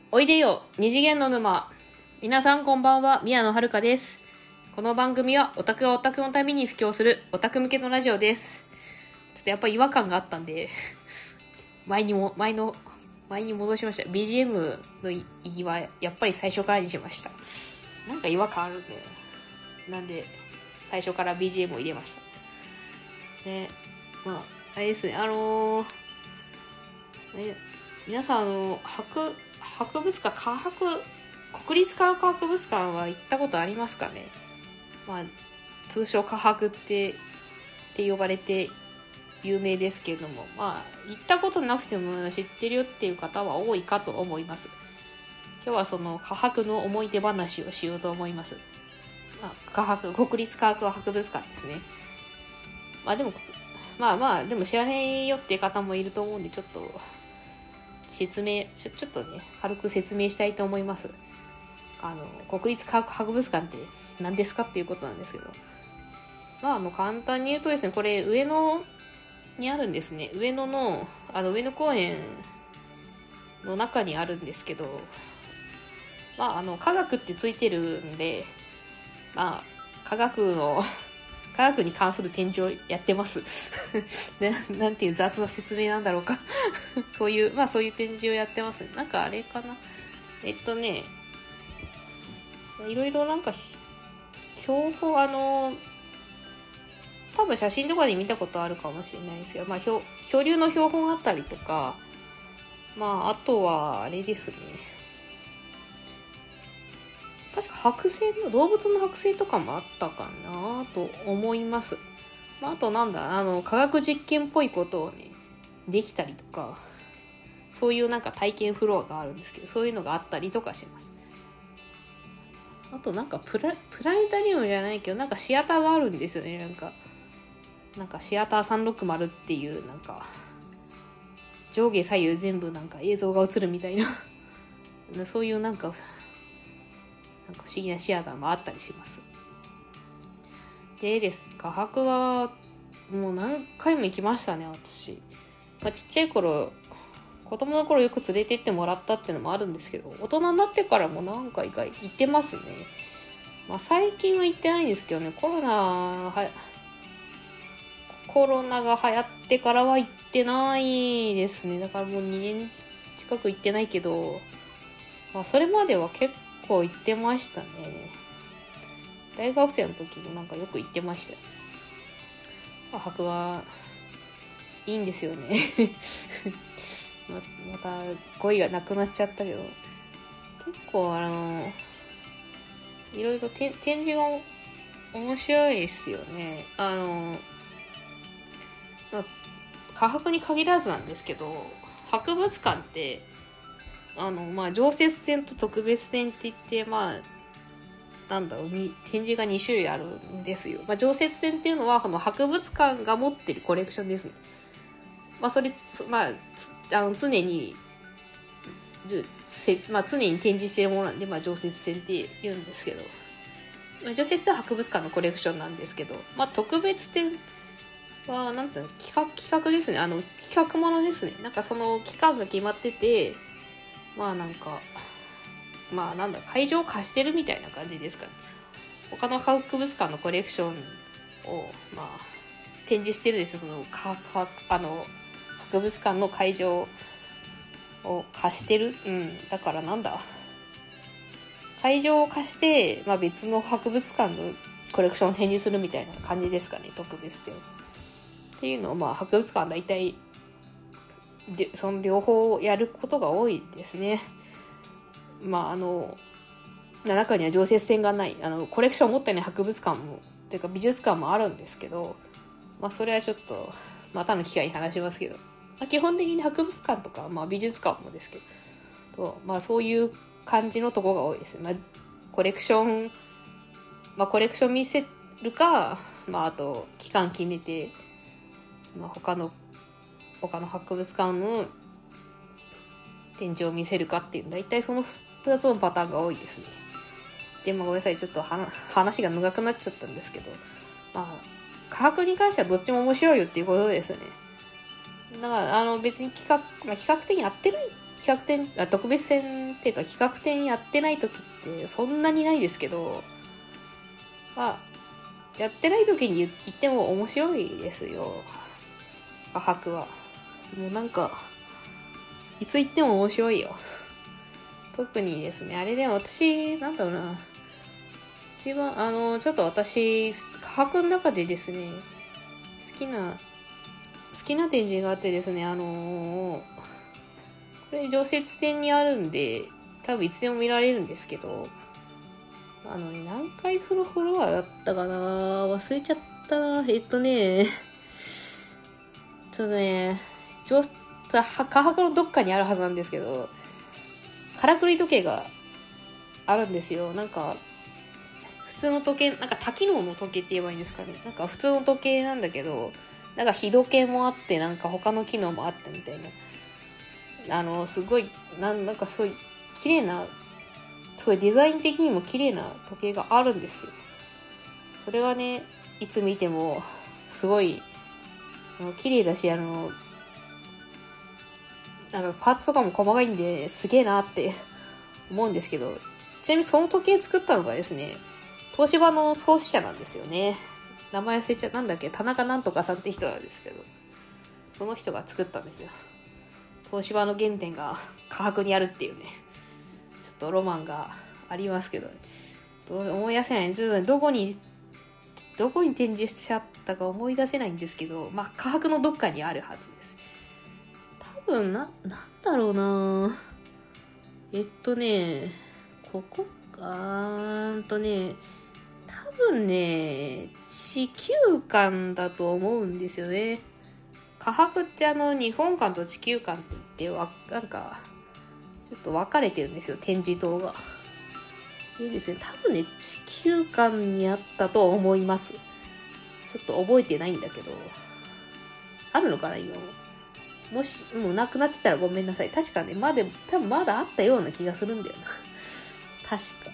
おいでよ二次元の沼。皆さんこんばんは、宮野遥です。この番組はオタクがオタクのために布教するオタク向けのラジオです。ちょっとやっぱ違和感があったんで前に戻しました。 BGM の意義はやっぱり最初からにしました。なんか違和感あるんで、なんで最初から BGM を入れましたね。まああれですね、皆さん博物館、国立科学博物館は行ったことありますかね。まあ通称科博って呼ばれて有名ですけれども、まあ行ったことなくても知ってるよっていう方は多いかと思います。今日はその科博の思い出話をしようと思います。国立科学博物館ですね。でも知らないよっていう方もいると思うんで、ちょっと軽く説明したいと思います。国立科学博物館って何ですかっていうことなんですけど、簡単に言うとですね、これ上野にあるんですね。上野公園の中にあるんですけど、科学ってついてるんで、科学に関する展示をやってますなんていう雑な説明なんだろうかそういう展示をやってます。なんかあれかな、いろいろなんか標本、多分写真とかで見たことあるかもしれないですけど、恐竜の標本あったりとか、あとはあれですね、確か動物の剥製とかもあったかなと思います。あと科学実験っぽいことをねできたりとか、そういうなんか体験フロアがあるんですけど、そういうのがあったりとかします。あとプラネタリウムじゃないけど、なんかシアターがあるんですよね。なんかシアター360っていうなんか上下左右全部なんか映像が映るみたいなそういうなんか不思議なシアターもあったりします。でですね、科博はもう何回も行きましたね、私。ちっちゃい頃、子供の頃よく連れて行ってもらったっていうのもあるんですけど、大人になってからも何回か行ってますね。最近は行ってないんですけどね、コロナが流行ってからは行ってないですね。だからもう2年近く行ってないけど、それまでは結構行ってましたね。大学生の時もなんかよく行ってましたよ。科博はいいんですよねまた語彙がなくなっちゃったけど、結構いろいろ展示が面白いですよね。科博に限らずなんですけど、博物館って常設展と特別展って言って、展示が2種類あるんですよ。常設展っていうのは博物館が持ってるコレクションですね。常に展示しているものなんで、常設展って言うんですけど、常設展は博物館のコレクションなんですけど、特別展は企画ですね。企画ものですね。なんかその期間が決まってて、会場を貸してるみたいな感じですかね。他の博物館のコレクションを展示してるんですよ。その博物館の会場を貸してる。だから会場を貸して、別の博物館のコレクションを展示するみたいな感じですかね、特別展っていうのを博物館は大体でその両方やることが多いですね。中には常設展がないコレクションを持ってない博物館もというか美術館もあるんですけど、それはちょっとまたの機会に話しますけど、基本的に博物館とか、美術館もですけど、そういう感じのとこが多いですね。コレクション見せるか、あと期間決めて、他の博物館の展示を見せるかっていう、大体その2つのパターンが多いですね。でごめんなさい、ちょっと話が長くなっちゃったんですけど、科学に関してはどっちも面白いよっていうことですよね。だから別に比較的やってないっ特別展っていうか企画展やってない時ってそんなにないですけど、まあやってない時に言っても面白いですよ、画伯は。もうなんかいつ言っても面白いよ。特にですね、あれでも私なんだろうな、一番ちょっと私画伯の中でですね、好きな展示があってですね、これ常設展にあるんで多分いつでも見られるんですけど、何回フロアだったかな、忘れちゃったな。ちょっとね、画伯のどっかにあるはずなんですけど、からくり時計があるんですよ。なんか普通の時計、なんか多機能の時計って言えばいいんですかね。なんか普通の時計なんだけど、なんか日時計もあって、なんか他の機能もあってみたいな。すごい、なんかすごい綺麗な、すごいデザイン的にも綺麗な時計があるんですよ。それはね、いつ見てもすごい綺麗だし、なんかパーツとかも細かいんですげえなって思うんですけど、ちなみにその時計作ったのがですね、東芝の創始者なんですよね。名前忘れちゃなんだっけ、田中なんとかさんって人なんですけど、その人が作ったんですよ。東芝の原点が価格にあるっていうね、ちょっとロマンがありますけど、思い出せない。ちょっとね、どこに展示しちゃったか思い出せないんですけど、まあ価格のどっかにあるはずです。多分なんだろうな、ここ多分ね、地球館だと思うんですよね。価格って日本館と地球館って言ってなんかちょっと分かれてるんですよ、展示棟が。でですね、多分ね、地球館にあったと思います。ちょっと覚えてないんだけど、あるのかな今も。もしもうなくなってたらごめんなさい。確かね、多分まだあったような気がするんだよな。確か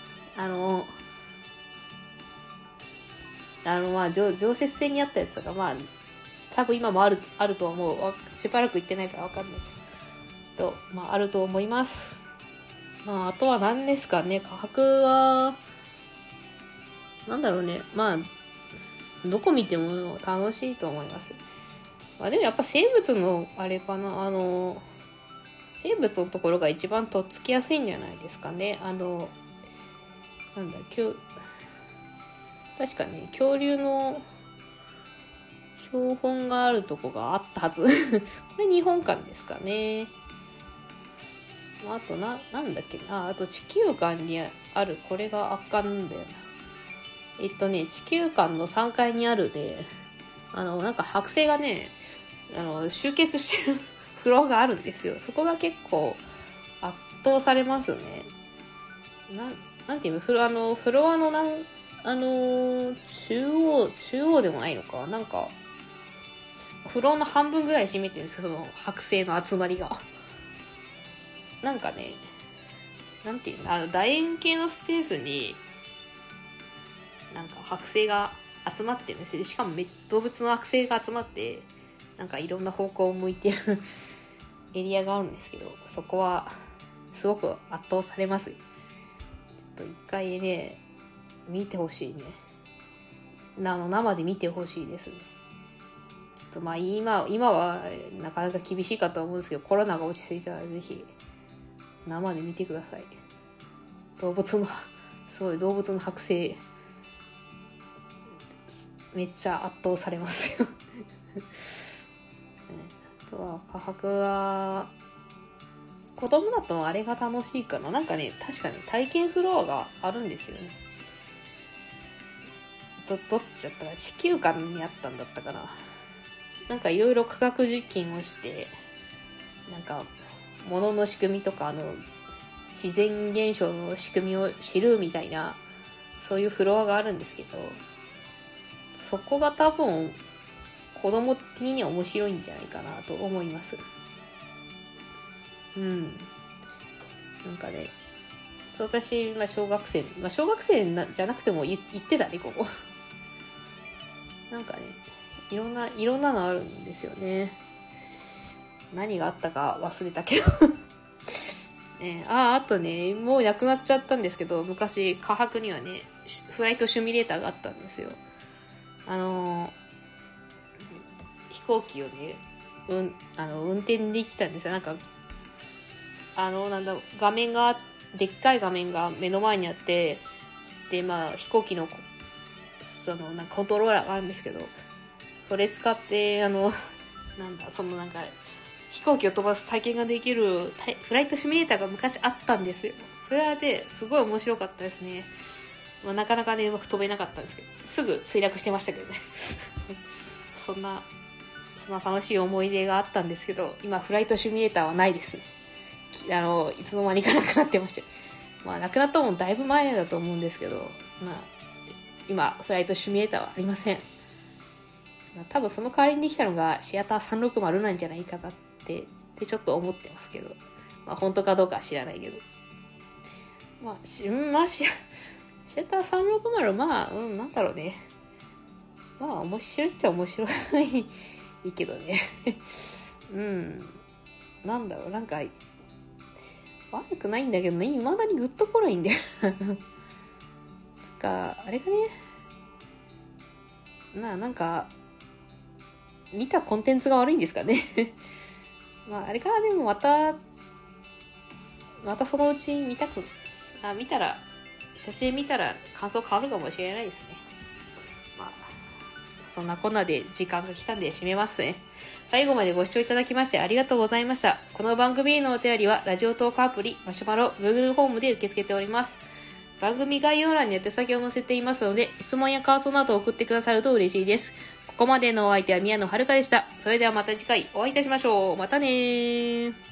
まあ常設展にあったやつとか、まあ多分今もあると思う。しばらく行ってないから分かんないけど、まああると思います。まああとは何ですかね、価格はなんだろうね、まあどこ見ても楽しいと思います。まあでもやっぱ生物のあれかな、生物のところが一番とっつきやすいんじゃないですかね。確かね、恐竜の標本があるとこがあったはず。これ日本館ですかね。あとなんだっけな、あと地球館にあるこれが圧巻なんだよな。地球館の3階にあるで、なんか剥製がね、集結してるフロアがあるんですよ。そこが結構圧倒されますね。なんていうの、フロアの中央でもないのか、なんかフロアの半分ぐらい占めてるんですよ、その剥製の集まりが。なんかね、なんていうの、楕円形のスペースになんか剥製が集まってるんですよ。しかも動物の剥製が集まってなんかいろんな方向を向いてるエリアがあるんですけど、そこはすごく圧倒されます。ちょっと一回ね見てほしいね。生で見てほしいですね。ちょっとまあ今はなかなか厳しいかと思うんですけど、コロナが落ち着いたらぜひ生で見てください。すごい動物の剥製めっちゃ圧倒されますよ。あとは価格は子供だとあれが楽しいかな。なんかね、確かに体験フロアがあるんですよね。どっちだったか、地球館にあったんだったかな。なんかいろいろ科学実験をして、なんか物の仕組みとか自然現象の仕組みを知るみたいな、そういうフロアがあるんですけど、そこが多分子供的には面白いんじゃないかなと思います。なんかね、私、小学生じゃなくても行ってたね、ここ。なんかね、いろんなのあるんですよね。何があったか忘れたけど。 あとね、もうなくなっちゃったんですけど、昔、科博にはね、フライトシミュレーターがあったんですよ。飛行機をね、運転できたんですよ。なんか、画面が、でっかい画面が目の前にあって、で、まあ、飛行機の、なんかコントローラーがあるんですけど、それ使って、飛行機を飛ばす体験ができるフライトシミュレーターが昔あったんですよ。それはね、すごい面白かったですね。まあ、なかなかね、うまく飛べなかったんですけど、すぐ墜落してましたけどね。そんな楽しい思い出があったんですけど、今フライトシミュレーターはないですね。いつの間にかなくなってまして。まあ、なくなったのもだいぶ前だと思うんですけど、まあ、今、フライトシミュレーターはありません。まあ、多分その代わりにできたのがシアター360なんじゃないかなってちょっと思ってますけど、まあ、本当かどうかは知らないけど。まあ、シアター360、まあ、なんだろうね。まあ、面白いっちゃ面白いいいけどね。なんだろう、なんか、悪くないんだけどね、未だにグッと来ないんだよ。なんか、あれがね、なんか、見たコンテンツが悪いんですかね。まあ、あれからでもまたそのうち見たら、写真見たら感想変わるかもしれないですね。まあ、そんなこんなで時間が来たんで締めますね。最後までご視聴いただきましてありがとうございました。この番組へのお便りは、ラジオトークアプリ、マシュマロ、Google フォームで受け付けております。番組概要欄に宛先を載せていますので、質問や感想などを送ってくださると嬉しいです。ここまでのお相手は宮野遥でした。それではまた次回お会いいたしましょう。またねー。